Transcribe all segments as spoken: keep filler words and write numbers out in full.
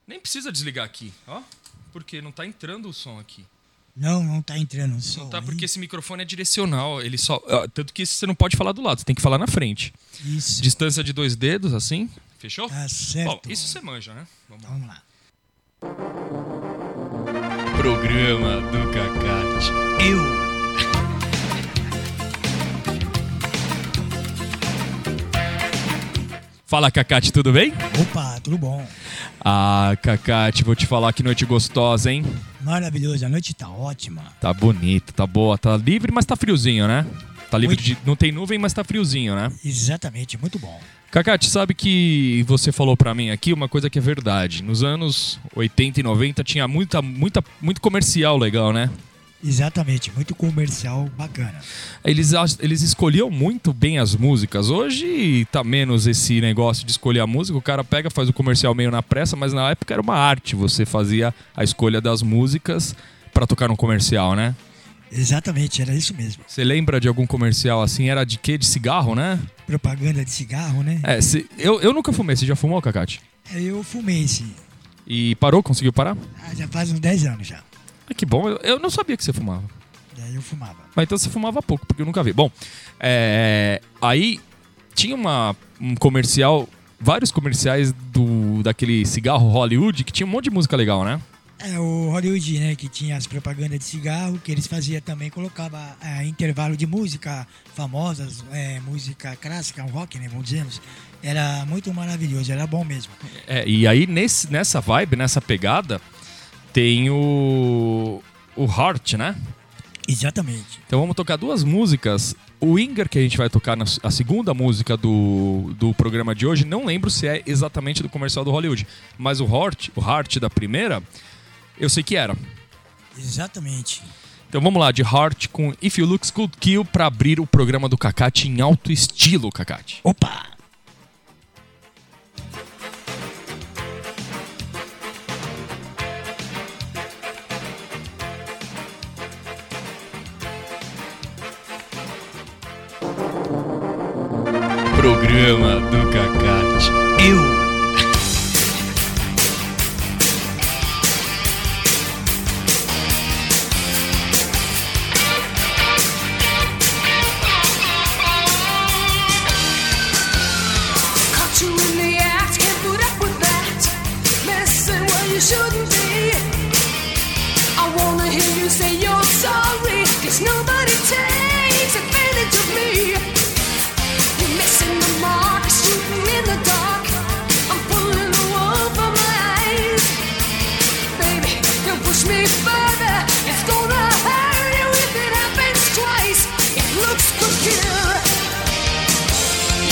Nem precisa desligar aqui, ó. Porque não tá entrando o som aqui. Não, não tá entrando o som. Não tá porque esse microfone é direcional. Ele só, ó, tanto que você não pode falar do lado, você tem que falar na frente. Isso. Distância de dois dedos, assim. Fechou? Tá certo. Bom, isso você manja, né? Vamos lá. Vamos lá. Programa do Cacate. Eu. Fala, Cacate, tudo bem? Opa, tudo bom. Ah, Cacate, vou te falar que noite gostosa, hein? Maravilhoso, a noite tá ótima. Tá bonita, tá boa, tá livre, mas tá friozinho, né? Tá livre Muito. de... Não tem nuvem, mas tá friozinho, né? Exatamente, muito bom. Cacate, sabe que você falou pra mim aqui uma coisa que é verdade. Nos anos oitenta e noventa tinha muita, muita, muito comercial legal, né? Exatamente, muito comercial bacana. Eles, eles escolhiam muito bem as músicas. Hoje tá menos esse negócio de escolher a música. O cara pega, faz o comercial meio na pressa, mas na época era uma arte. Você fazia a escolha das músicas pra tocar no comercial, né? Exatamente, era isso mesmo. Você lembra de algum comercial assim? Era de quê? De cigarro, né? Propaganda de cigarro, né? É, se, eu, eu nunca fumei. Você já fumou, Cacate? Eu fumei sim. E parou? Conseguiu parar? Ah, já faz uns dez anos já. Ah, que bom. Eu, eu não sabia que você fumava. Daí eu fumava. Mas então você fumava pouco, porque eu nunca vi. Bom, é, aí tinha uma, um comercial, vários comerciais do, daquele cigarro Hollywood, que tinha um monte de música legal, né? É o Hollywood, né? Que tinha as propagandas de cigarro, que eles faziam também, colocava é, intervalo de música famosas, é, música clássica, um rock, né? Vamos dizer. Era muito maravilhoso, era bom mesmo. É, e aí nesse, nessa vibe, nessa pegada, tem o, o Heart, né? Exatamente. Então vamos tocar duas músicas. O Inger, que a gente vai tocar, na, a segunda música do, do programa de hoje, não lembro se é exatamente do comercial do Hollywood. Mas o Heart, o Heart da primeira, eu sei que era. Exatamente. Então vamos lá, de Heart com If You Looks Could Kill, pra abrir o programa do Cacate em alto estilo, Cacate. Opa! Programa do Cacate. Eu.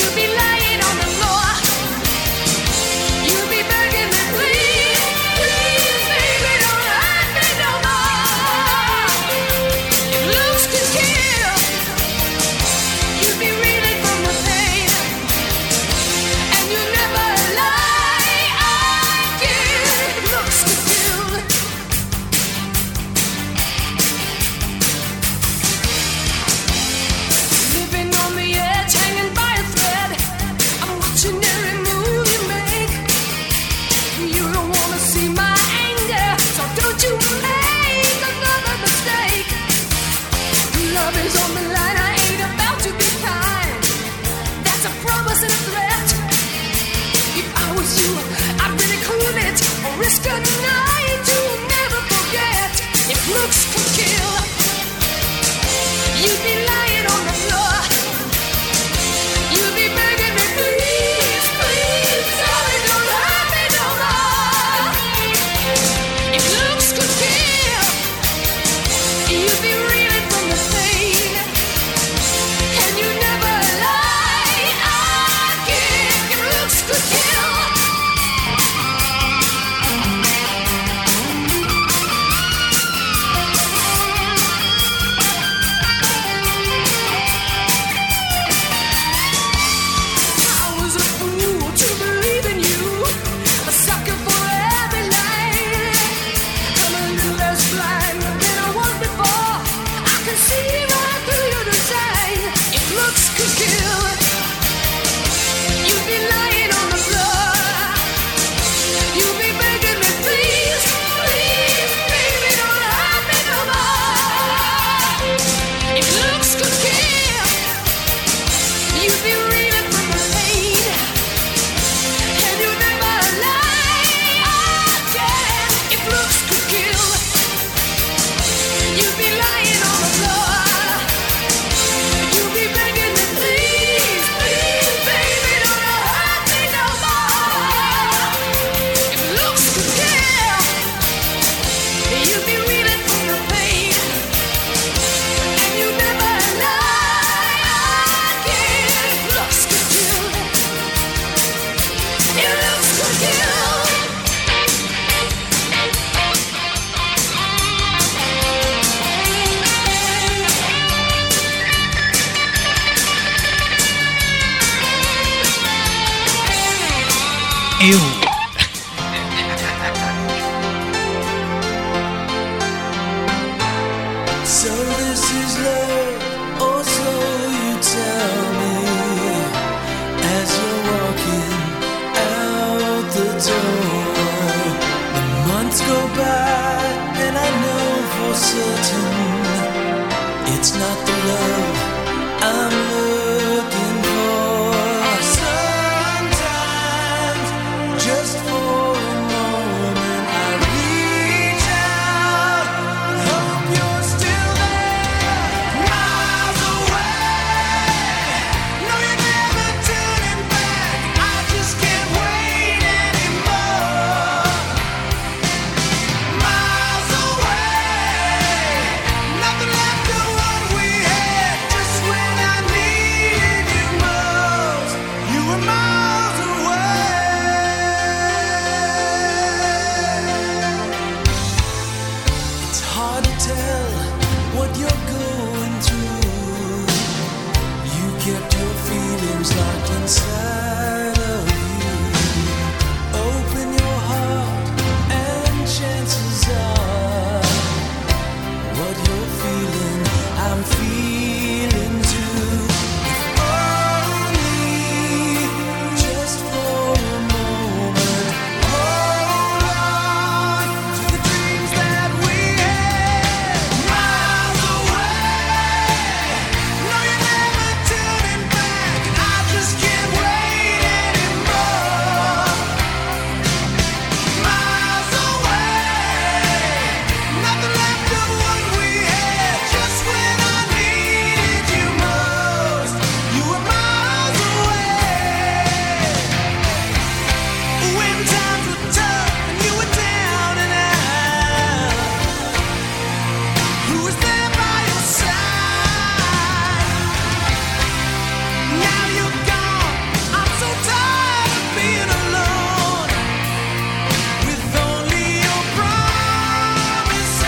You'll be begging me, please, please. It's not the love I'm looking for. Sometimes, just for a moment, I reach out and hope you're still there, miles away. No, you're never turning back. I just can't wait anymore. Miles away, nothing left of what we had. Just when I needed you most, you were miles away. It's hard to tell what you're going through. You kept your feelings locked inside of you. Open your heart and chances are what you're feeling, I'm feeling too. If only just for a moment, hold on to the dreams that we had. Miles away, no, you're never turning back. I just can't wait anymore. Miles away, nothing left of what we had. Just when I needed you most, you were miles away. When times were tough and you were down and out, who was there by your side? Now you're gone, I'm so tired of being alone, with only your promises.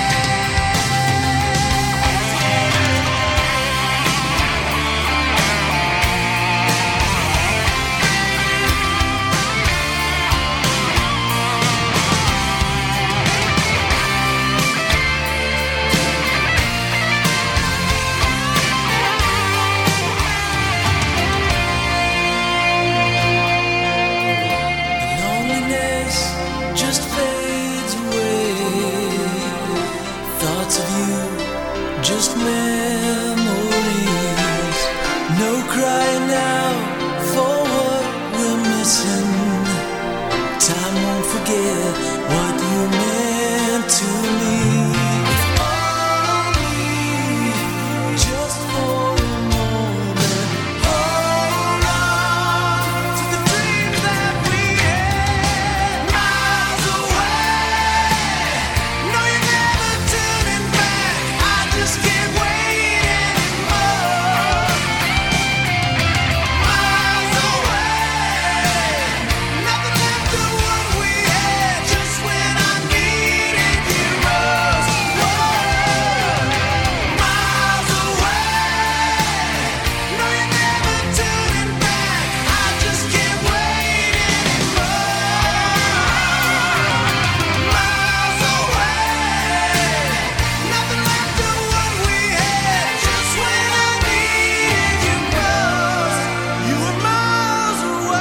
Loneliness just fades away. Thoughts of you, just memories. No crying now for what we're missing. Time won't forget what you meant to me. If only just for a moment, hold on to the dreams that we had. Miles away, no, you're never turning back. I just can't wait anymore. Miles away, nothing left of what we had. Just when I needed you most. Whoa. Miles away, no, you're never turning back. I just can't wait anymore. Miles away, nothing left of what we had. Just when I needed you most, you were miles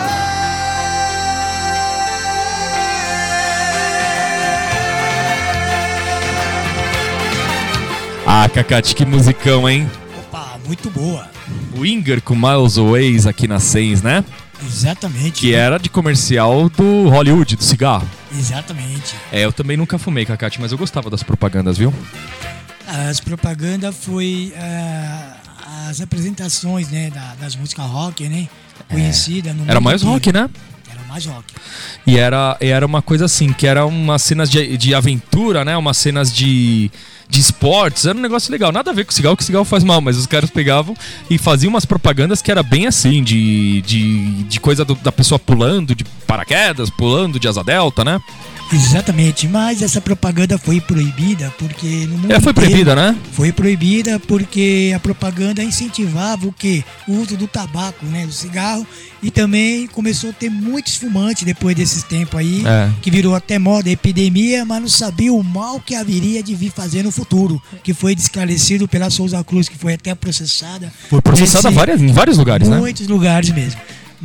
Ah, Cacate, que musicão, hein? Opa, muito boa. Winger com Miles Away aqui na Sens, né? Exatamente. Que era de comercial do Hollywood, do cigarro. Exatamente. É, eu também nunca fumei, Cacate, mas eu gostava das propagandas, viu? As propagandas foi ah, as apresentações, né, da- das músicas rock, né? Conhecida no Era mundo mais inteiro. rock, né? Era mais rock. E era, e era uma coisa assim, que era umas cenas de, de aventura, né? Umas cenas de, de esportes. Era um negócio legal. Nada a ver com o cigarro, que o cigarro faz mal. Mas os caras pegavam e faziam umas propagandas que era bem assim, de, de, de coisa do- da pessoa pulando de paraquedas, pulando de asa delta, né? Exatamente, mas essa propaganda foi proibida porque no mundo É, foi inteiro- proibida, né? Foi proibida porque a propaganda incentivava o quê? O uso do tabaco, né? Do cigarro. E também começou a ter muitos fumantes depois desses tempos aí, É. que virou até moda, epidemia, mas não sabia o mal que haveria de vir fazer no futuro, que foi esclarecido pela Souza Cruz, que foi até processada. Foi processada Nesse- várias, em vários lugares, né? Muitos lugares mesmo.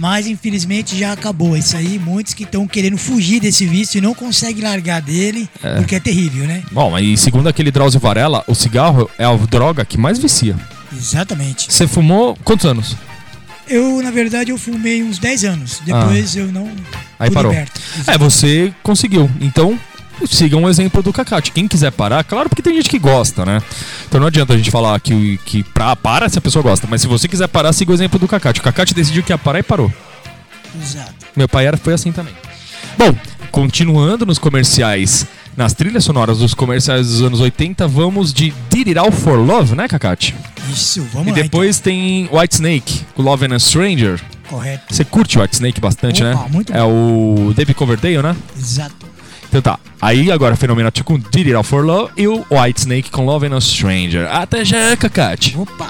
mas infelizmente já acabou. Isso aí, muitos que estão querendo fugir desse vício e não conseguem largar dele, É. porque é terrível, né? Bom, e segundo aquele Drauzio Varela, o cigarro é a droga que mais vicia. Exatamente. Você fumou quantos anos? Eu, na verdade, eu fumei uns dez anos. Depois eu não Aí fui parou. liberto. É, você conseguiu. Então, siga um exemplo do Cacate. Quem quiser parar, claro, porque tem gente que gosta, né? Então não adianta a gente falar que, que pra, para se a pessoa gosta. Mas se você quiser parar, siga o exemplo do Cacate. O Cacate decidiu que ia parar e parou. Exato. Meu pai era, foi assim também. Bom, continuando nos comerciais, nas trilhas sonoras dos comerciais dos anos oitenta, vamos de Did It All For Love, né, Cacate? Isso, vamos E lá. depois tem Whitesnake, Love and a Stranger. Então. Correto. Você curte o Whitesnake bastante, Opa, né? muito é bom. o David Coverdale, né? Exato. Então tá, aí agora Phenomenal com Did It All For Love e o Whitesnake com Love and a Stranger. Até já, Cacate. Opa.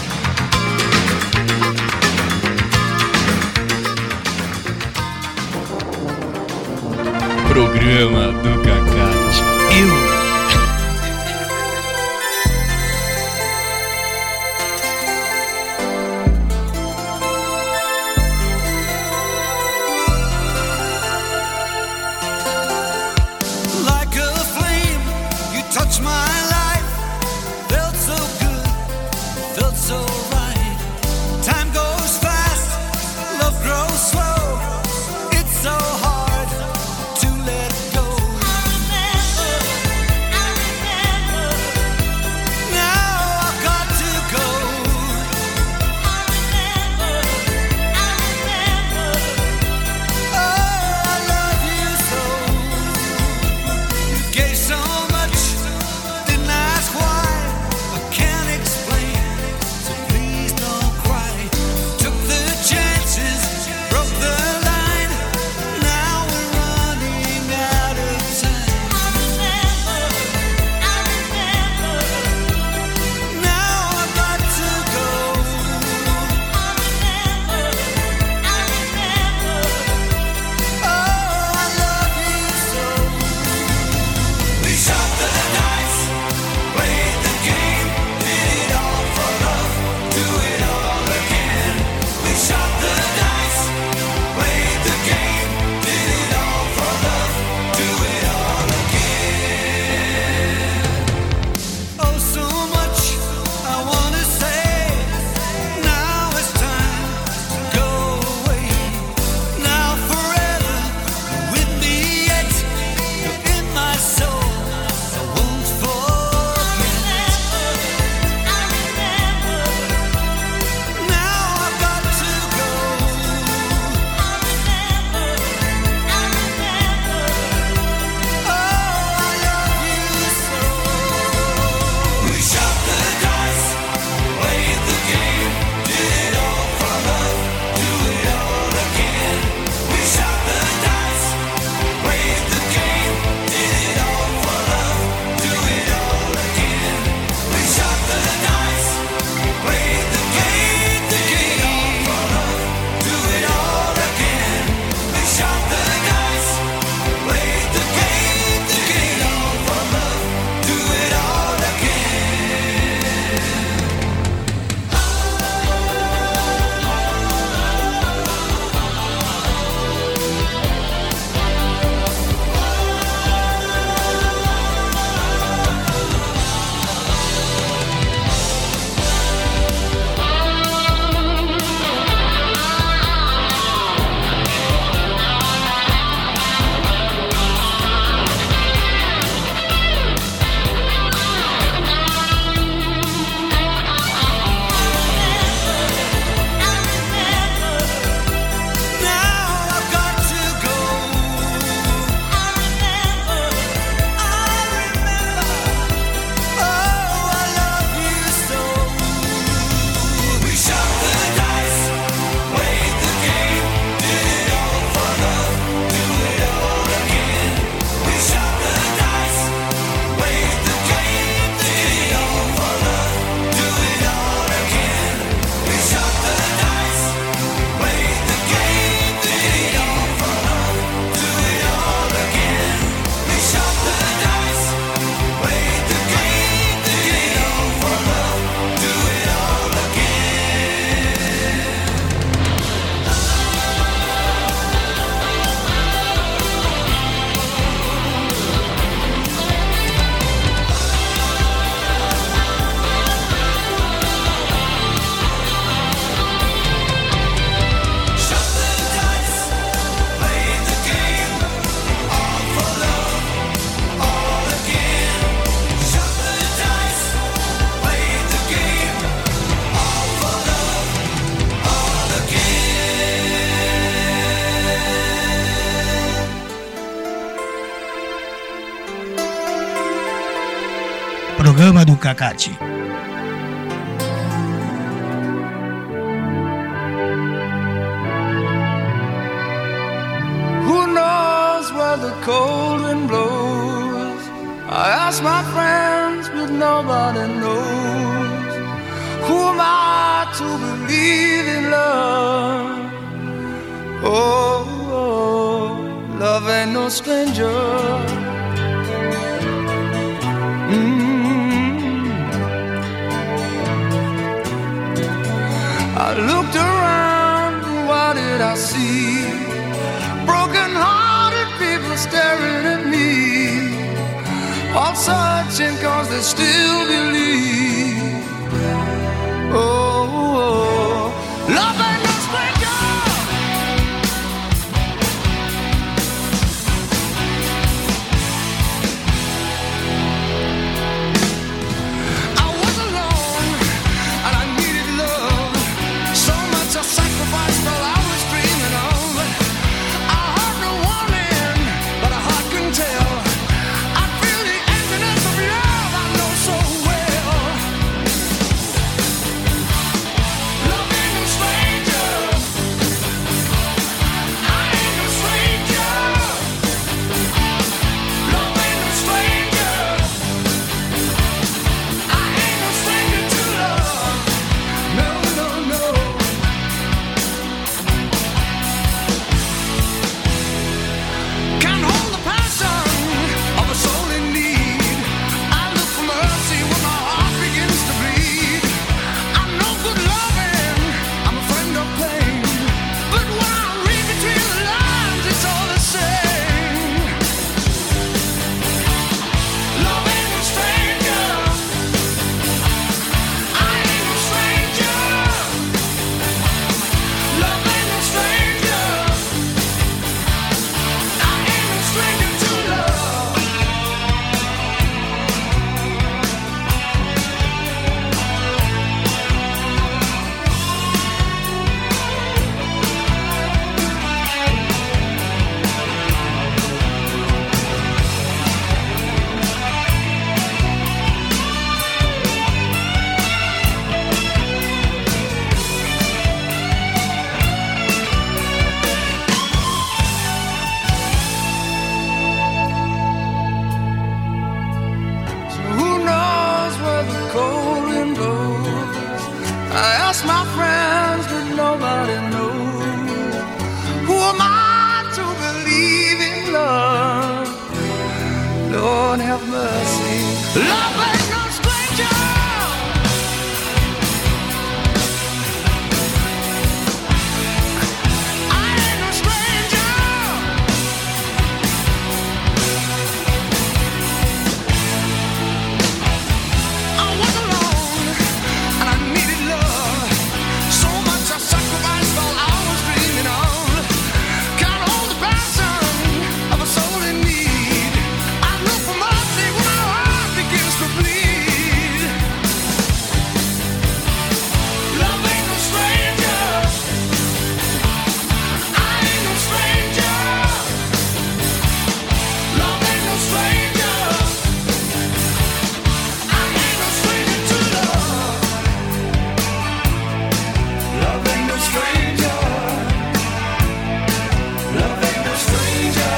Programa do Cacate. Eu. Like a flame, you touch my life. Felt so good, felt so right. Time goes fast, love grows slow. It's so hard to let go. I remember programa do Cacate. Who knows where the cold wind blows? I ask my friends, but nobody knows. Who am I to believe in love? Oh, oh, love ain't no stranger. Mm. I looked around, what did I see? Broken-hearted people staring at me, all searching cause they still believe. Oh, oh, love ain't no stranger. I was alone and I needed love, so much I sacrificed while I was dreaming of. I heard no warning, but a heart can tell. I feel the emptiness of love I know so well. Love ain't no stranger. I ain't no stranger. Love ain't no stranger. I ain't no stranger to love. No, no, no. Can't hold the passion of a soul in need. I look for mercy when my heart begins to bleed. I'm no good loving, I'm a friend of pain. But when I read between the lines, it's all the same. Love ain't no stranger. I ain't no stranger. Love ain't no stranger. I ain't no stranger to love. So who knows where the cold wind blows? I ask my friends, but nobody knows. Who am I to believe in love? Lord have mercy. Love ain't no stranger. I ain't no stranger. I was alone and I needed love, so much I sacrificed while I was dreaming of. Can't hold the passion of a soul in need. I look for mercy when my heart begins to bleed. Love ain't no stranger. I ain't no stranger. Love ain't no stranger. I ain't no stranger to love. Love ain't no stranger. Love ain't no stranger.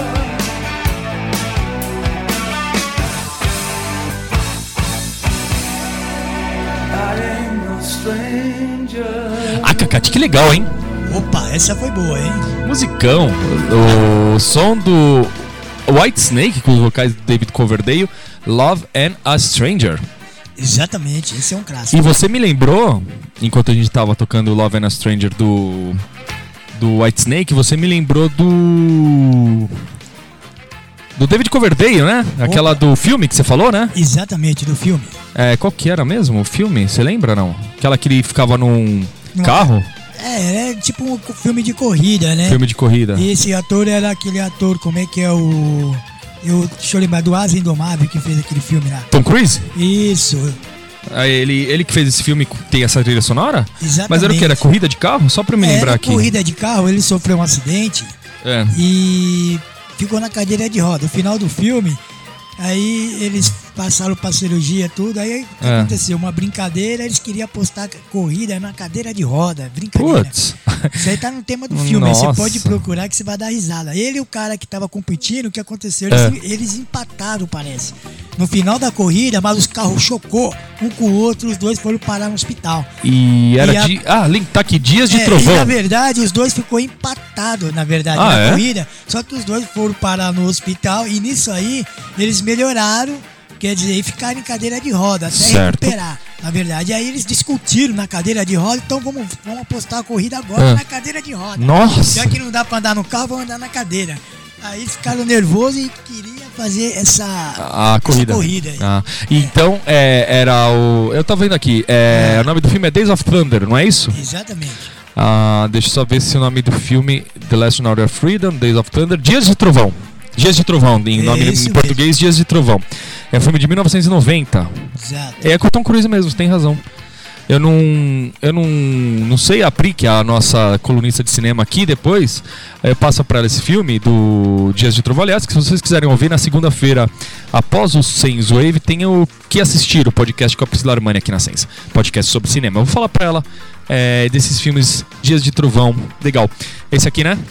I ain't no stranger. Ah, Cacate, que legal, hein? Opa, essa foi boa, hein? Musicão. O som do White Snake com os vocais do David Coverdale, Love and a Stranger. Exatamente, esse é um E clássico. você me lembrou, enquanto a gente tava tocando Love and a Stranger do do White Snake, você me lembrou do do David Coverdale, né? Aquela do filme que você falou, né? Exatamente, do filme. É, qual que era mesmo o filme? Você lembra, não? Aquela que ele ficava num Não. carro? É, é tipo um filme de corrida, né? Filme de corrida. E esse ator era aquele ator, como é que é o... Eu, deixa eu lembrar, do Asa Indomável, que fez aquele filme lá. Tom Cruise? Isso, Aí ele, ele que fez esse filme tem essa trilha sonora? exatamente. Mas era o que? Era corrida de carro? Só pra eu me lembrar Era aqui. corrida de carro, ele sofreu um acidente É. e ficou na cadeira de roda. No final do filme, aí eles passaram pra cirurgia tudo. Aí o que É. aconteceu? Uma brincadeira, eles queriam apostar corrida na cadeira de roda. Brincadeira. Putz. Isso aí tá no tema do filme, aí você Nossa. pode procurar que você vai dar risada. Ele e o cara que tava competindo, o que aconteceu? Eles, É. eles empataram, parece. No final da corrida, mas os carros chocou um com o outro, os dois foram parar no hospital. E era E a- de. Ah, Link, tá aqui, Dias de É, Trovão. E na verdade, os dois ficou empatado, na verdade, Ah, na é? corrida. Só que os dois foram parar no hospital e nisso aí eles melhoraram, quer dizer, e ficaram em cadeira de roda até Certo. recuperar. Na verdade, aí eles discutiram na cadeira de roda, então vamos, vamos apostar a corrida agora Ah. na cadeira de roda. Nossa. Já que não dá pra andar no carro, vamos andar na cadeira. Aí eles ficaram nervosos e queriam fazer essa, A corrida. essa corrida aí. Ah, então, é, era o. Eu tava vendo aqui. É, É. O nome do filme é Days of Thunder, não é isso? Exatamente. Ah, deixa eu só ver se o nome do filme The Last Night of Freedom, Days of Thunder, Dias de Trovão. Dias de Trovão, em nome Isso em mesmo. português, Dias de Trovão. É um filme de mil novecentos e noventa. Exato. É com o Tom Cruise mesmo, você tem razão. Eu não, eu não, não sei, a Pri, que é a nossa colunista de cinema aqui depois, eu passo pra ela esse filme do Dias de Trovão. Aliás, que se vocês quiserem ouvir na segunda-feira, após o Sense Wave, tem o que assistir, o podcast com a Priscila Armani aqui na Sense, podcast sobre cinema. Eu vou falar pra ela é, desses filmes Dias de Trovão, legal. Esse aqui, né?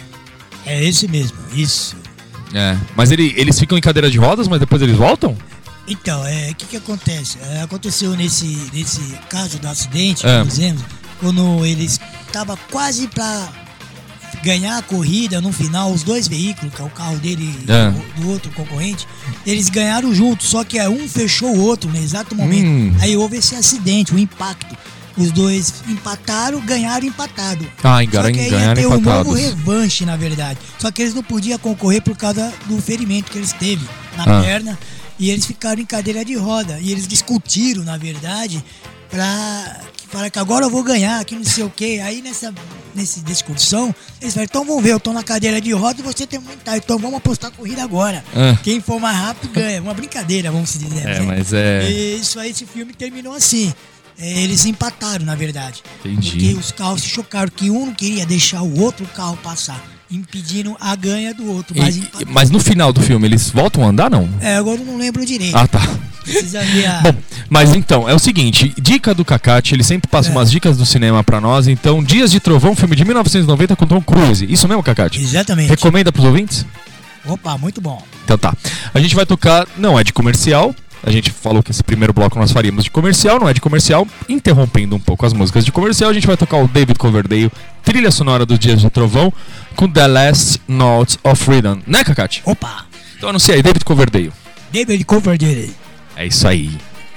É esse mesmo, isso. É. Mas ele, eles ficam em cadeira de rodas, mas depois eles voltam? Então, é, o que que acontece? É, aconteceu nesse, nesse caso do acidente, É. por exemplo, quando eles estavam quase pra ganhar a corrida no final, os dois veículos, que é o carro dele É. e do, do outro concorrente, eles ganharam juntos, só que é, um fechou o outro no exato momento. Hum. Aí houve esse acidente, o impacto. Os dois empataram, ganharam empatado. Ah, engaram- Só que aí ia ganharam ter um empatados. novo revanche, na verdade. Só que eles não podiam concorrer por causa do ferimento que eles teve na Ah. perna. E eles ficaram em cadeira de roda. E eles discutiram, na verdade, pra falar que agora eu vou ganhar, que não sei o quê. Aí nessa, nessa discussão, eles falaram, então vamos ver, eu tô na cadeira de roda e você tem aumentar. Então vamos apostar a corrida agora. Ah. Quem for mais rápido ganha. Uma brincadeira, vamos dizer. É, né? mas é. E isso aí, esse filme terminou assim. É, eles empataram, na verdade. Entendi. Porque os carros se chocaram, que um não queria deixar o outro carro passar, impedindo a ganha do outro. Mas, E- empataram. mas no final do filme, eles voltam a andar, não? É, agora eu não lembro direito. Ah, tá. Precisa ver a... Bom, mas então, é o seguinte, dica do Cacate, ele sempre passa É. umas dicas do cinema pra nós, então Dias de Trovão, filme de mil novecentos e noventa com Tom Cruise, isso mesmo, Cacate? Exatamente. Recomenda pros ouvintes? Opa, muito bom. Então tá, a gente vai tocar, não é de comercial, a gente falou que esse primeiro bloco nós faríamos de comercial, não é de comercial, interrompendo um pouco as músicas de comercial, a gente vai tocar o David Coverdale, trilha sonora dos Dias de Trovão, com The Last Notes of Freedom, né, Cacate? Opa, Então anuncia aí, David Coverdale. David Coverdale. É isso aí.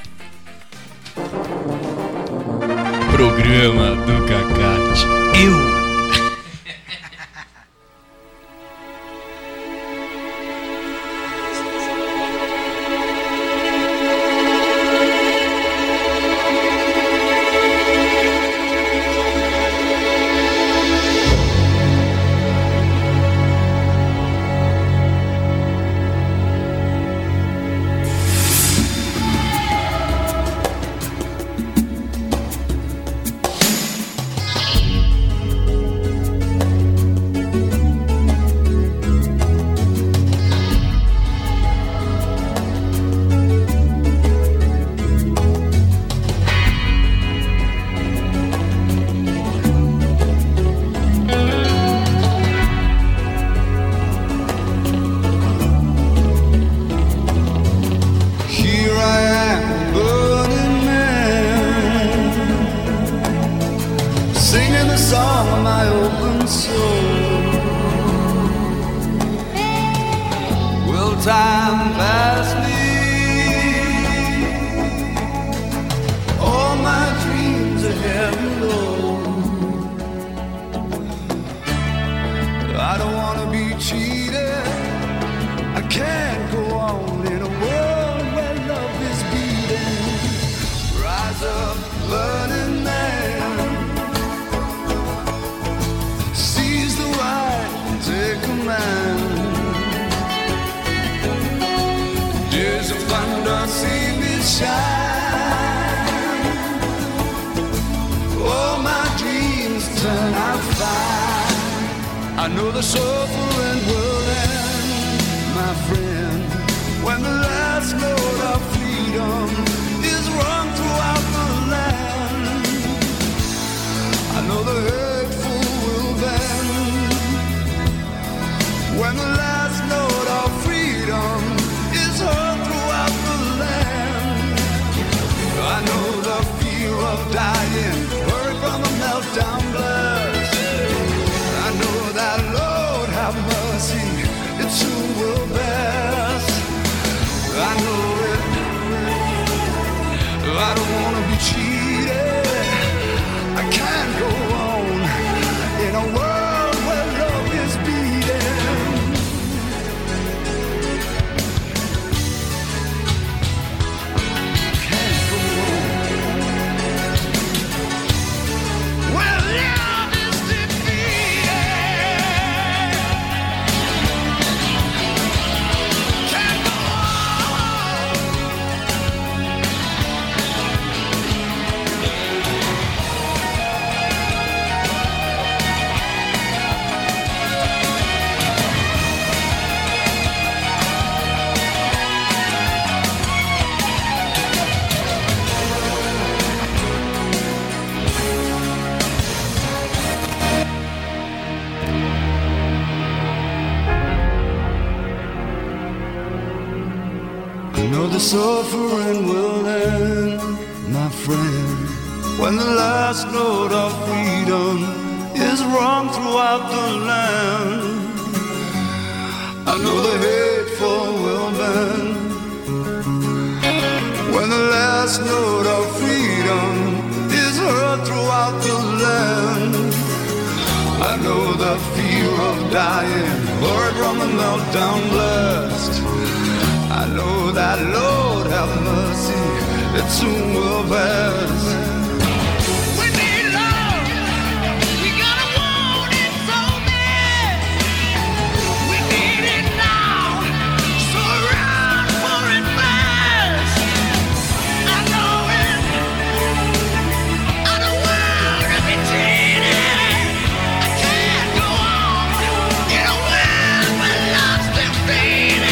Programa do Cacate. Eu. Here I am, burning man, singing the song of my open soul. Will time pass me? All my dreams are heaven low. I don't wanna be cheated. I can't go on in a world where love is beating. Rise up, burning man. Seize the right and take command. Days of thunder see me shine. All my dreams turn out fine. I know the suffering will end, my friend, when the light last note of freedom is rung throughout the land, I know the hateful will bend. When the last note of freedom is heard throughout the land, I know the fear of dying heard from the meltdown blast. I know that, Lord have mercy, it soon will pass. I know it, I don't wanna be cheated. I can't go on in a world where love is beaten. Can't go on. Well, love is defeated. Can't go on. I know the suffering will end, my friend, when the last note of freedom is rung throughout the land. I know the hateful will bend, when the last note of freedom is heard throughout the land. I know the fear of dying heard from the meltdown blast. I know that, Lord have mercy, it soon will pass. We need love, we gotta want it so bad. We need it now, so run for it fast. I know it, I don't wanna be cheated. I can't go on in a world where love's defeated.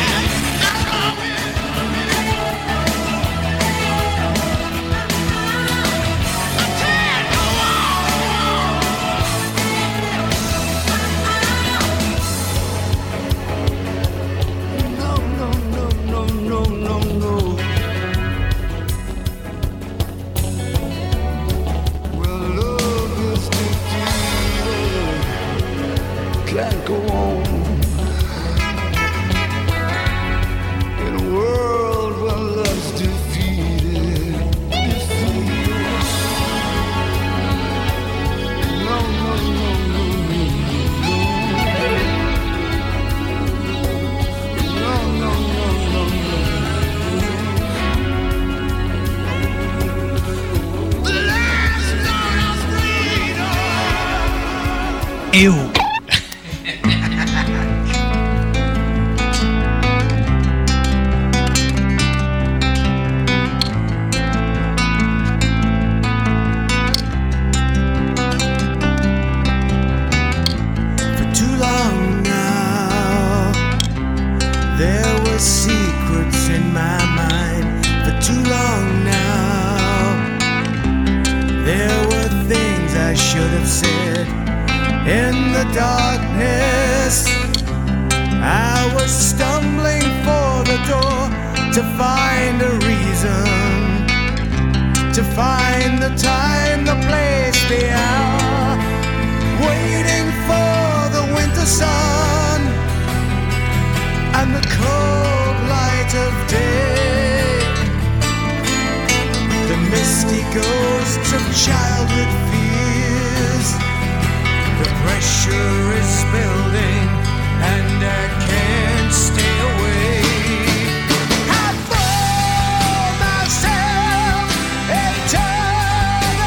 Can't go on in a world where love's defeated. Defeated. No, no, no, no, no, no, no, no, no. The last note of freedom. Eu. For too long now, there were secrets in my mind. For too long now, there were things I should have said. In the darkness, I was stumbling for the door to find a reason, to find the time, the place, the hour, waiting for the winter sun and the cold light of day. The misty ghosts of childhood fears. The pressure is building and I can't stay away. I throw myself into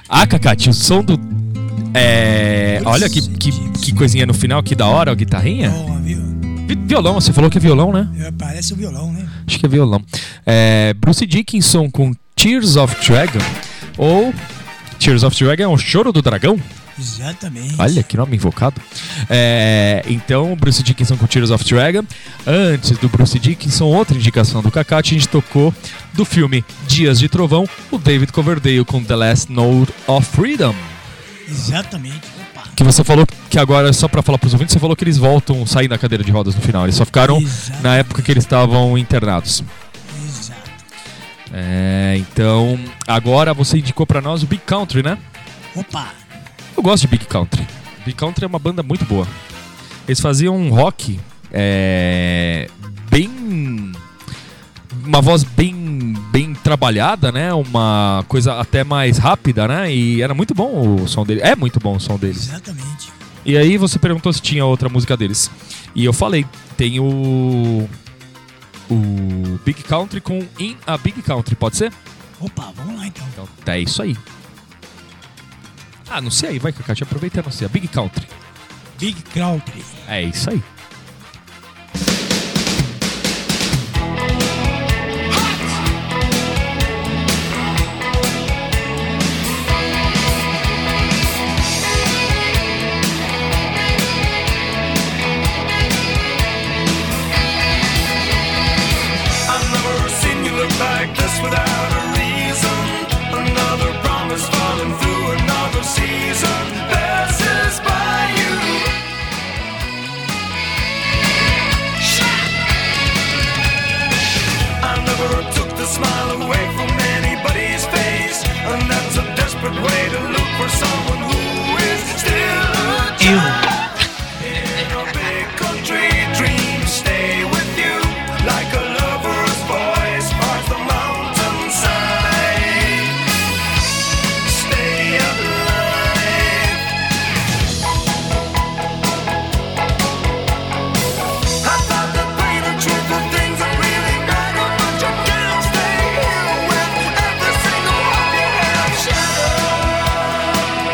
Ah, Cacate, o som do... É... Olha que, que, que coisinha no final, que da hora, a guitarrinha. Boa, viu? Vi- Violão, você falou que é violão, né? É, parece o violão, né? Acho que é violão. É, Bruce Dickinson com Tears of Dragon. Ou Tears of Dragon é um choro do dragão? Exatamente. Olha que nome invocado. É, então, Bruce Dickinson com Tears of Dragon. Antes do Bruce Dickinson, outra indicação do Cacate, a gente tocou do filme Dias de Trovão, o David Coverdale com The Last Note of Freedom. Exatamente. Opa. Que você falou que agora, só pra falar pros ouvintes, você falou que eles voltam a sair da cadeira de rodas no final. Eles só ficaram Exato. na época que eles estavam internados. Exato. É, então, agora você indicou pra nós o Big Country, né? Opa. Eu gosto de Big Country. Big Country é uma banda muito boa. Eles faziam um rock é, bem... Uma voz bem, bem trabalhada, né? Uma coisa até mais rápida, né? E era muito bom o som deles. É muito bom o som deles. Exatamente. E aí você perguntou se tinha outra música deles. E eu falei, tem o... O Big Country com In a Big Country, pode ser? Opa, vamos lá então. Então, é isso aí. Ah, não sei aí, vai, Cacate, aproveita e anuncia. Big Country. Big Country. É isso aí. I've never seen you look like this without a reason. Another promise falling through another season passes by you. I never took the smile away from anybody's face, and that's a desperate way to look for someone who is still a child. In a big country, dreams stay with you like a lover's voice parts the mountainside. Stay alive. I thought the pain and truth of things that really matter, but you can't stay here with every single one you have shattered.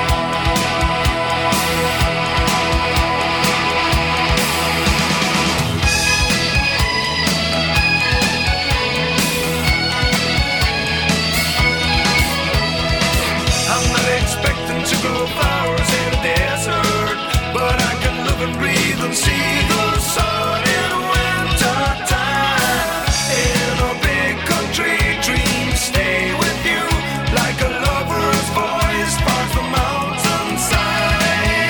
I'm not expecting to grow flowers in a desert, but I can live and breathe and see the sun in winter time. In a big country, dreams stay with you like a lover's voice parts the mountainside.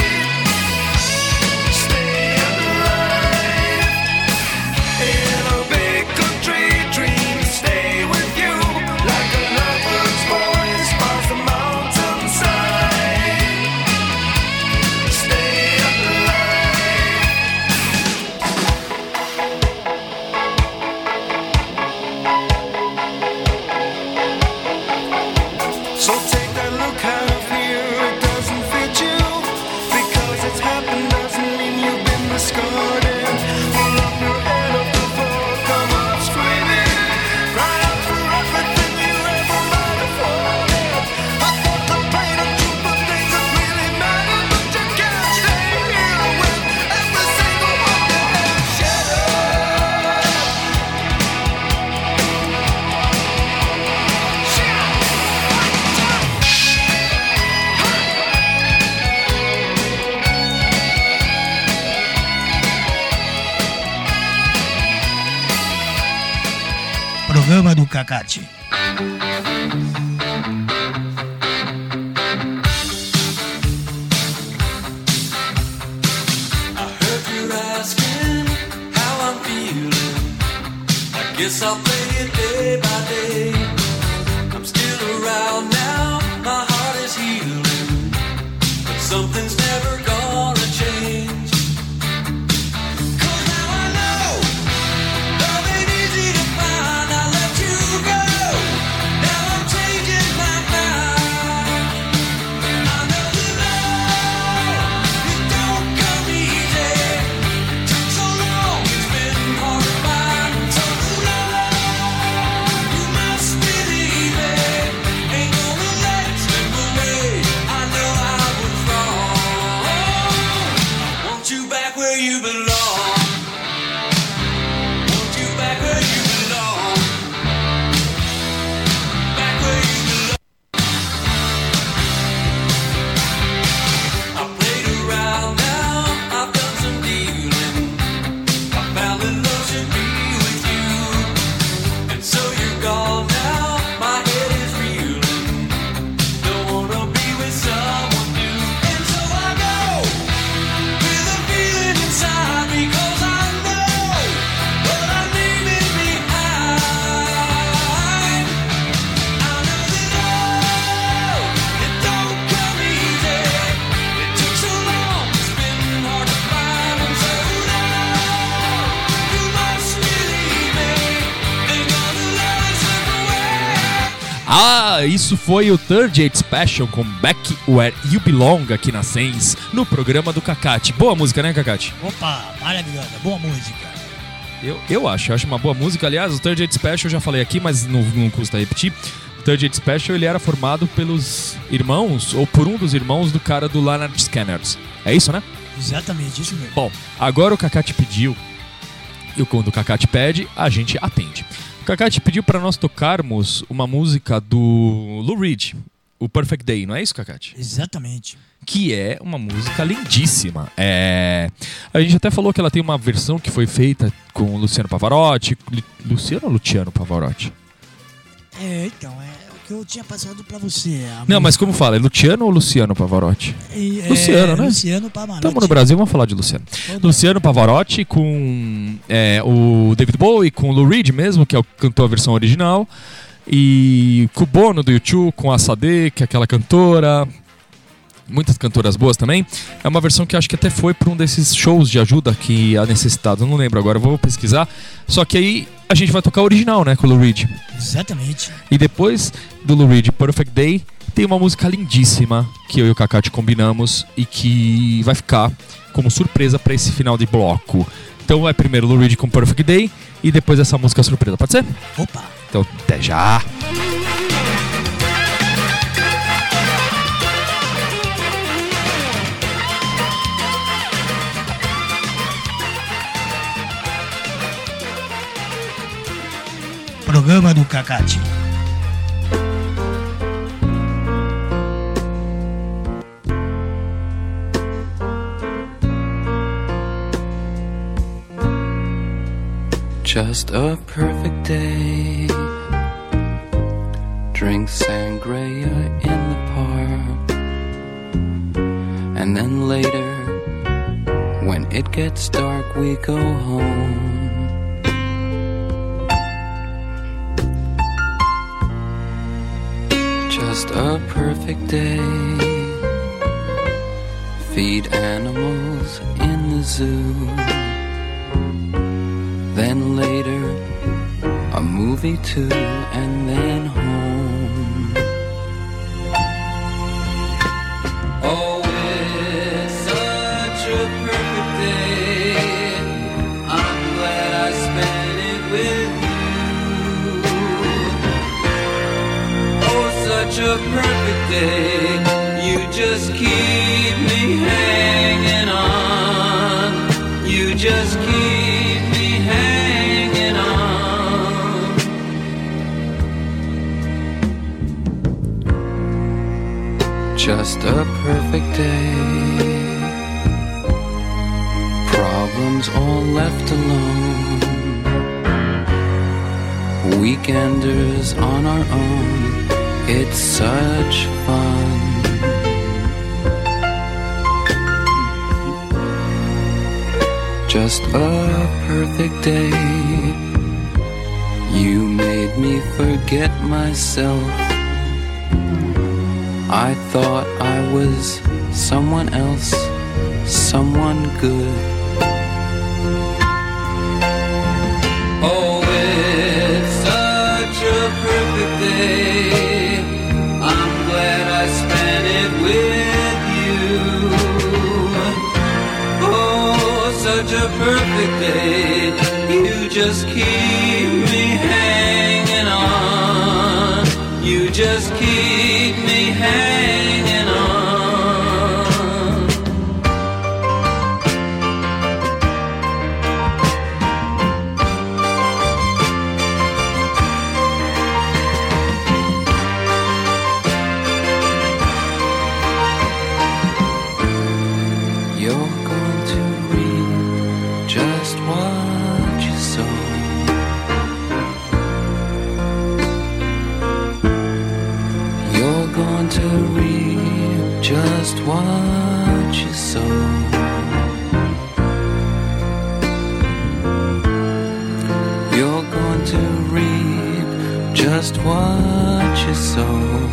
Stay alive. In a big country, dreams stay with you like a lover's voice parts the mountainside. Stay alive. So take that look out of here, it doesn't fit you. Because it's happened doesn't mean you've been discarded. Pull up your head off the floor, come up screaming. Cry out for everything you ever might have wanted. I thought the pain and truth of things that really matter, but you can't stay here with every single one you have shattered. Programa do Cacate. I heard you asking how I'm feeling. I guess I'll play it day by day. I'm still around now, my heart is healing, but something's never gonna change. 'Cause now I know love ain't easy to find. I let you go, now I'm changing my mind. I know the love, it don't come easy. Took so long, it's been hard to find. So the love, you must believe it. Ain't gonna let it slip away. galera, isso foi o trinta e oito Special com Back Where You Belong aqui na Sense, no programa do Cacate. Boa música, né, Cacate? Opa, maravilhosa, boa música. Eu, eu acho, eu acho uma boa música. Aliás, o trinta e oito Special eu já falei aqui, mas não, não custa repetir. O trinta e oito Special ele era formado pelos irmãos, ou por um dos irmãos do cara do Lynyrd Skynyrd. É isso, né? Exatamente, isso mesmo. Bom, agora o Cacate pediu, e quando o Cacate pede, a gente atende. O Cacate pediu para nós tocarmos uma música do Lou Reed, o Perfect Day, não é isso, Cacate? Exatamente. Que é uma música lindíssima. É... A gente até falou que ela tem uma versão que foi feita com o Luciano Pavarotti. Luciano ou Luciano Pavarotti? É, então, é o que eu tinha passado pra você. a Não, mas música. como fala? É Luciano ou Luciano Pavarotti? E, é, Luciano, né? Luciano Pavarotti. Estamos no Brasil, vamos falar de Luciano. Todo Luciano Pavarotti com é, o David Bowie, com o Lou Reed mesmo, que é o que cantou a versão original. E com o Bono do U dois, com a Sade, que é aquela cantora. Muitas cantoras boas também. É uma versão que acho que até foi para um desses shows de ajuda que há necessitado. Não lembro agora, vou pesquisar. Só que aí a gente vai tocar o original, né, com o Lou Reed. Exatamente. E depois do Lou Reed, Perfect Day, tem uma música lindíssima que eu e o Cacate combinamos e que vai ficar como surpresa para esse final de bloco. Então é primeiro Lou Reed com Perfect Day e depois essa música surpresa. Pode ser? Opa. Então até já! Programa do Cacate. Just a perfect day. Drink sangria in the park. And then later, when it gets dark, we go home. Just a perfect day. Feed animals in the zoo. Then later, a movie too, and then home. Oh, it's such a perfect day. I'm glad I spent it with you. Oh, such a perfect day. You just keep me hanging on. You just keep me hanging on. Just a perfect day. Problems all left alone. Weekenders on our own. It's such fun. Just a perfect day. You made me forget myself. I thought I was someone else, someone good. Oh, it's such a perfect day. I'm glad I spent it with you. Oh, such a perfect day. You just keep me hanging on. You just keep me hanging on. You're going to reap just what you sow. You're going to reap just what you sow. You're going to reap just what you sow.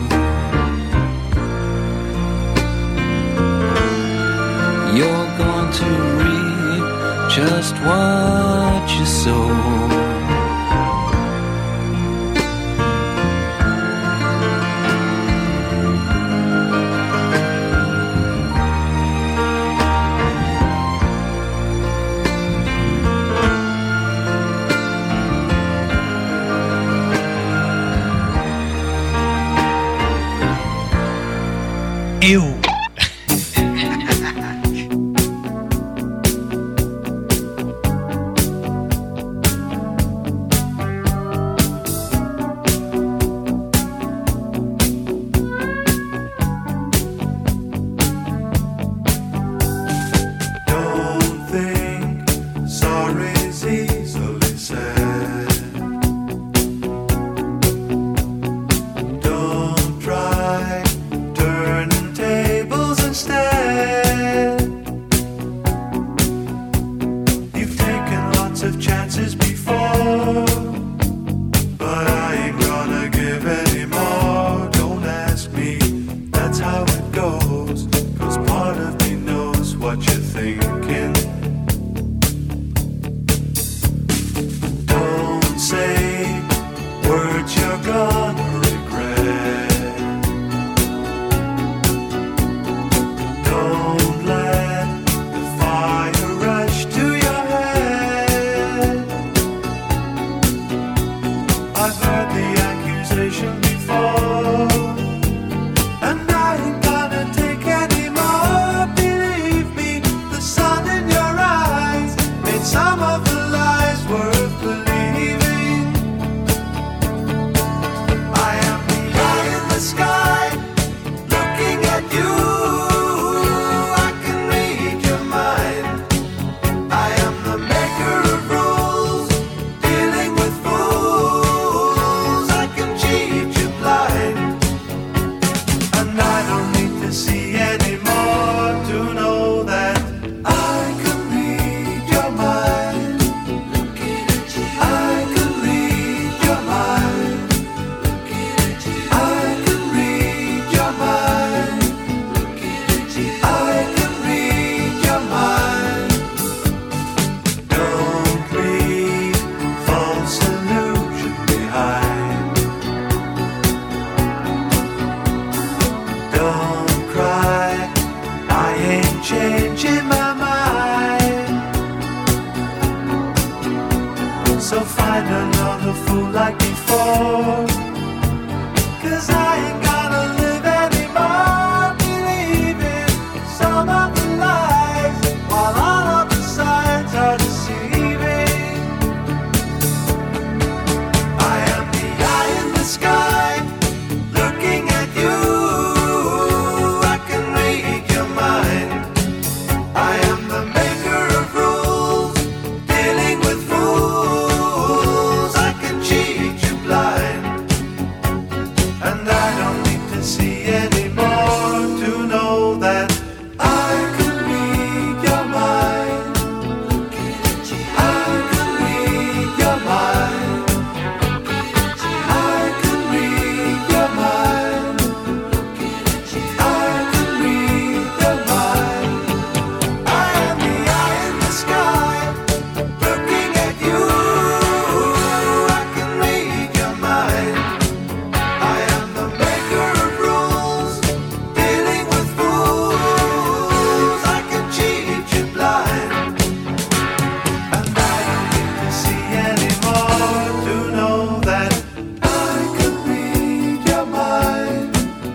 You're going to reap just what you sow. Eu. Don't think sorry's easily said. Don't try turning tables instead. You've taken lots of chances before, but I ain't gonna give any more. Don't ask me, that's how it goes. 'Cause part of me knows what you're thinking. Don't say words you're gonna regret. Don't let the fire rush to your head. I've heard the accusation before, and I ain't gonna take any more. Believe me, the sun in your eyes made some of the lies worth believing. I am the eye in the sky, looking at you. I can read your mind. I am the maker of rules, dealing with fools. I can cheat you blind, and I don't need to see anymore to know that I can read your mind. I can read your mind. I can read your mind. I can read your mind. Don't leave false illusion behind. Don't cry, I ain't changing my mind. So find another fool like before, 'cause I ain't gonna live anymore believing some of the lies, while all of the signs are deceiving. I am the eye in the sky, looking at you. I can read your mind. I am the maker of rules, dealing with fools. I can cheat you blind, and I don't need to see anymore to know that I can read your mind. I can read your mind. I can read your mind. I can read your mind. I am the eye in the sky, looking at you. I can read your mind. I am the maker of rules, dealing with fools. I can cheat you blind, and I don't need to see anymore to know that I can read your mind.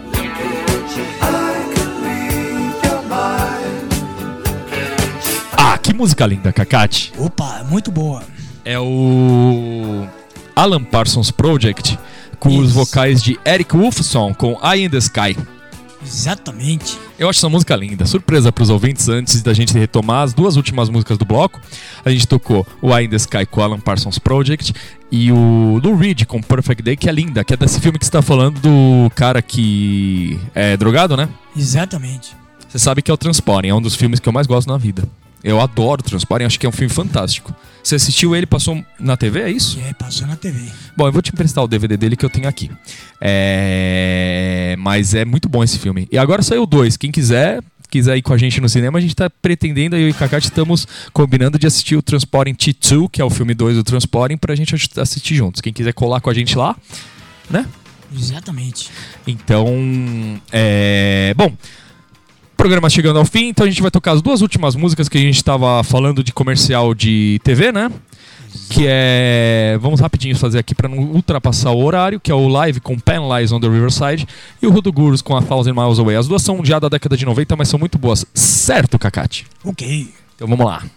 I can read your mind. Ah, que música linda, Cacate. Opa, muito boa. É o Alan Parsons Project com os Isso. vocais de Eric Wolfson com Eye in the Sky. Exatamente. Eu acho essa música linda. Surpresa para os ouvintes, antes da gente retomar as duas últimas músicas do bloco. A gente tocou o Eye in the Sky com o Alan Parsons Project e o Lou Reed com Perfect Day, que é linda, que é desse filme que você tá falando do cara que é drogado, né? Exatamente. Você sabe que é o Transporting, é um dos filmes que eu mais gosto na vida. Eu adoro Transporting, acho que é um filme fantástico. Você assistiu ele, passou na T V, é isso? Que é, passou na T V. Bom, eu vou te emprestar o D V D dele que eu tenho aqui. É... Mas é muito bom esse filme. E agora saiu dois. Quem quiser, quiser ir com a gente no cinema, a gente tá pretendendo, eu e o Cacate estamos combinando de assistir o Transporting T dois, que é o filme dois do Transporting, pra gente assistir juntos. Quem quiser colar com a gente lá, né? Exatamente. Então, é... Bom... Programa chegando ao fim, então a gente vai tocar as duas últimas músicas que a gente estava falando de comercial de T V, né? que é... Vamos rapidinho fazer aqui pra não ultrapassar o horário, que é o Live com Pen Lies on the Riverside e o Hoodoo Gurus com A Thousand Miles Away. As duas são já da década de noventa, mas são muito boas. Certo, Cacate? Ok. Então vamos lá.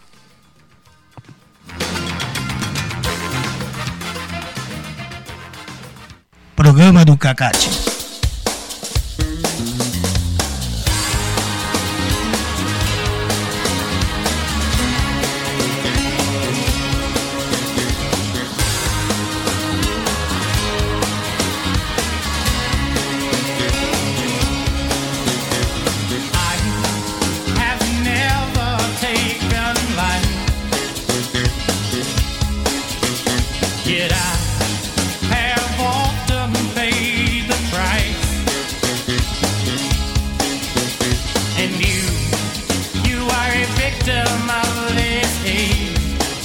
Programa do Cacate. Have never taken life. Yet I have often paid the price. And you, you are a victim of this age.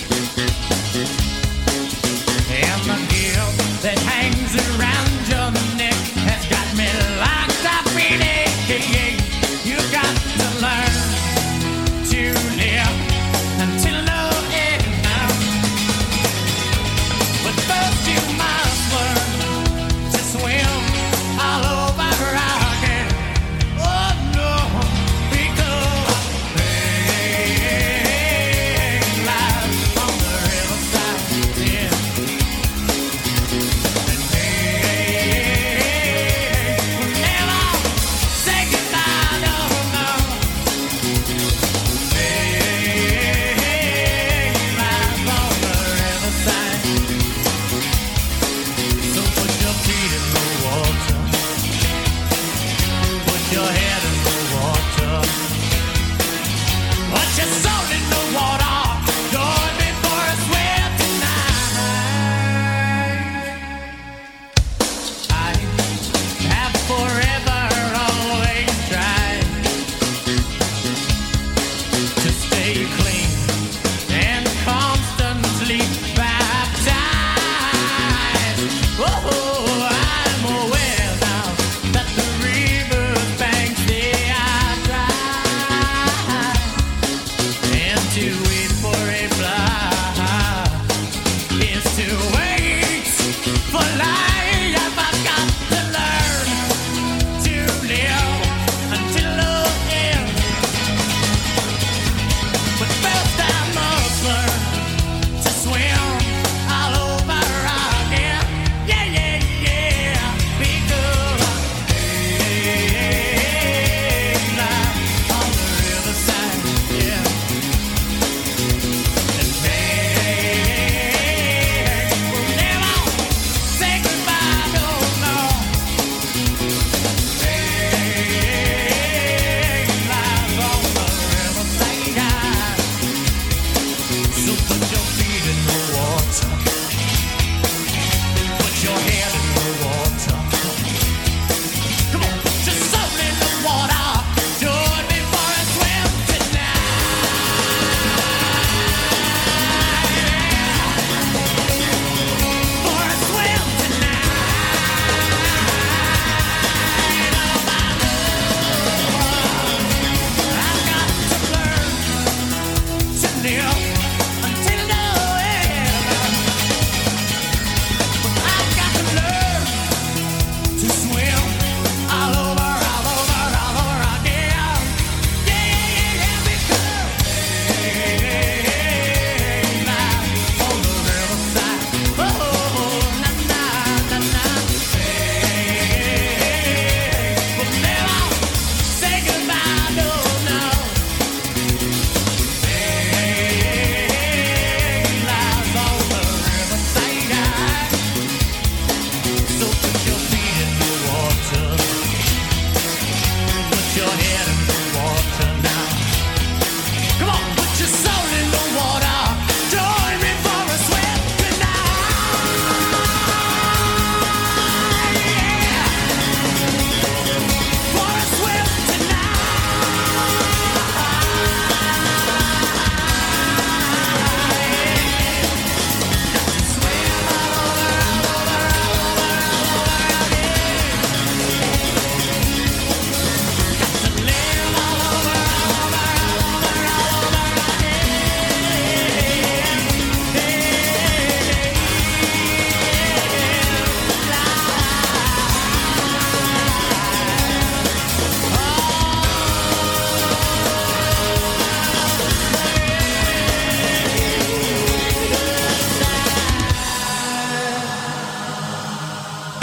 And the guilt that hangs around your neck has got me locked up in a cage. You got to learn to live until no end. But first you must learn to swim all over again. Oh no, because hey,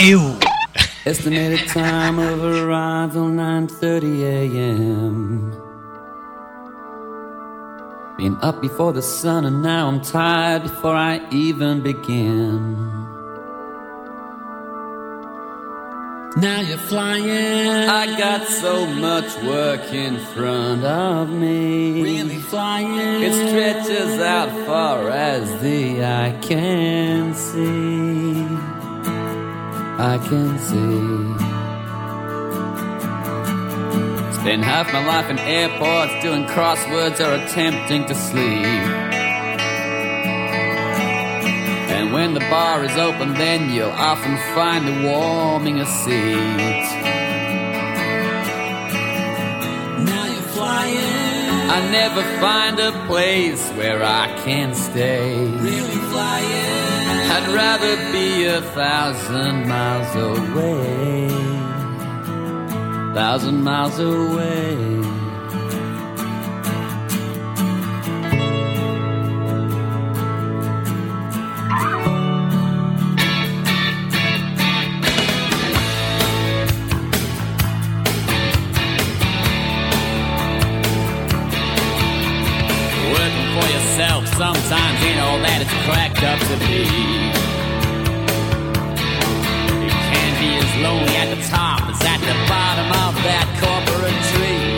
Eu. Estimated time of arrival nine thirty a.m. Been up before the sun and now I'm tired before I even begin. Now you're flying. I got so much work in front of me. Really flying. It stretches out far as the eye can see. I can see. Spend half my life in airports doing crosswords or attempting to sleep. And when the bar is open, then you'll often find me warming a seat. Now you're flying. I never find a place where I can stay. Really flying. I'd rather be a thousand miles away. Thousand miles away. Sometimes ain't all that it's cracked up to be. It can be as lonely at the top as at the bottom of that corporate tree.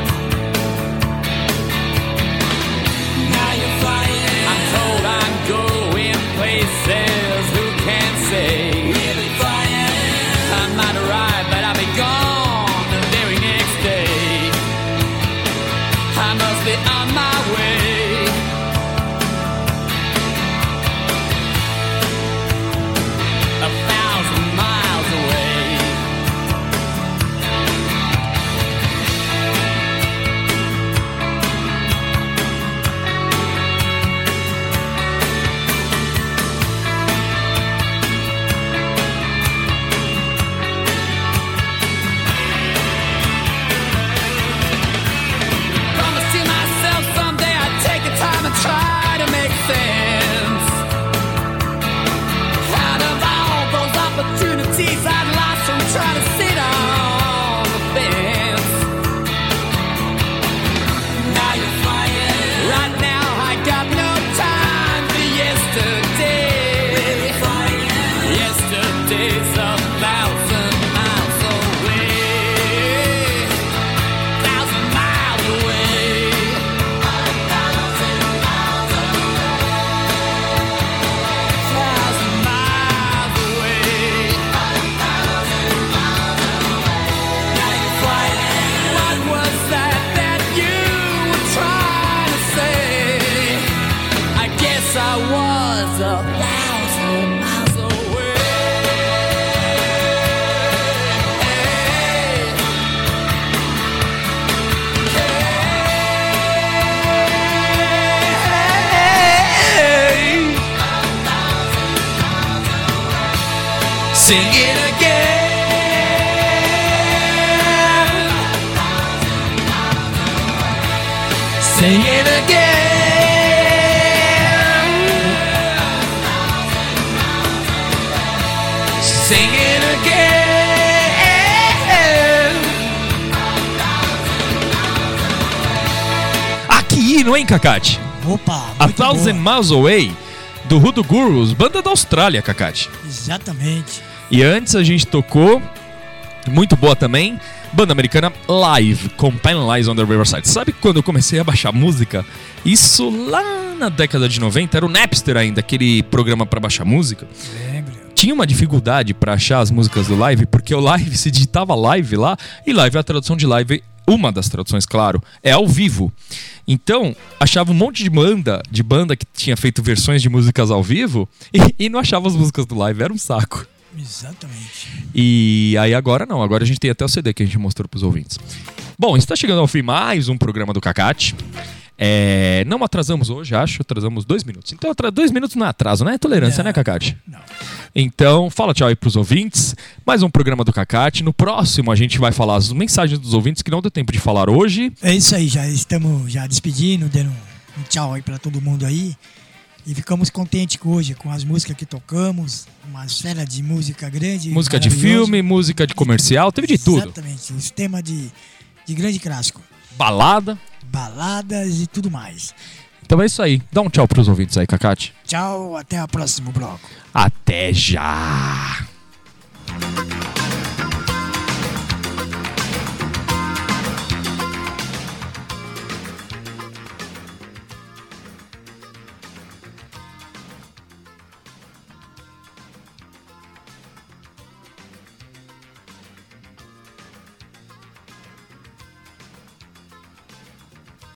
Now you're flying. I'm told I'm going places. Who can say? Really flying. I might arrive, but I'll be gone the very next day. I must be on my way. A thousand miles away. Promise to myself someday I'd take the time and try to make sense out of all those opportunities I've lost from trying to sit on the fence. Now you're flying. Right now I got no time for yesterday. Really flying. Yesterday's a thousand miles away. Thousand miles away. Thousand miles away. Thousand miles away. Now you're flying. What was that that you were trying to say? I guess I was a thousand miles away. Hey. Sing it again. Sing it again. Sing it again. Aqui, não é, Cacate? Opa, A muito Thousand boa. Miles Away, do Hoodoo Gurus, banda da Austrália, Cacate. Exatamente. E antes a gente tocou, muito boa também, banda americana Live, com Penalize on the Riverside. Sabe quando eu comecei a baixar música? Isso lá na década de noventa, era o Napster ainda, aquele programa pra baixar música. Lembro. Tinha uma dificuldade pra achar as músicas do Live, porque o Live se digitava Live lá, e Live é a tradução de Live, uma das traduções, claro, é ao vivo. Então, achava um monte de banda, de banda que tinha feito versões de músicas ao vivo, e, e não achava as músicas do Live, era um saco. Exatamente. E aí agora não, agora a gente tem até o C D que a gente mostrou pros ouvintes. Bom, está chegando ao fim mais um programa do Cacate. É, não atrasamos hoje, acho, atrasamos dois minutos. Então, atra- dois minutos não é atraso, né? É tolerância, Não. né, Cacate? Não. Então, fala tchau aí pros ouvintes. Mais um programa do Cacate. No próximo a gente vai falar as mensagens dos ouvintes que não deu tempo de falar hoje. É isso aí, já estamos já despedindo, dando um tchau aí pra todo mundo aí. E ficamos contentes hoje com as músicas que tocamos, uma série de música grande. Música de maravilhosa. filme, música de comercial, teve de tudo. Exatamente, os temas de, de grande clássico. Balada. Baladas e tudo mais. Então é isso aí. Dá um tchau pros ouvintes aí, Cacate. Tchau, até o próximo bloco. Até já!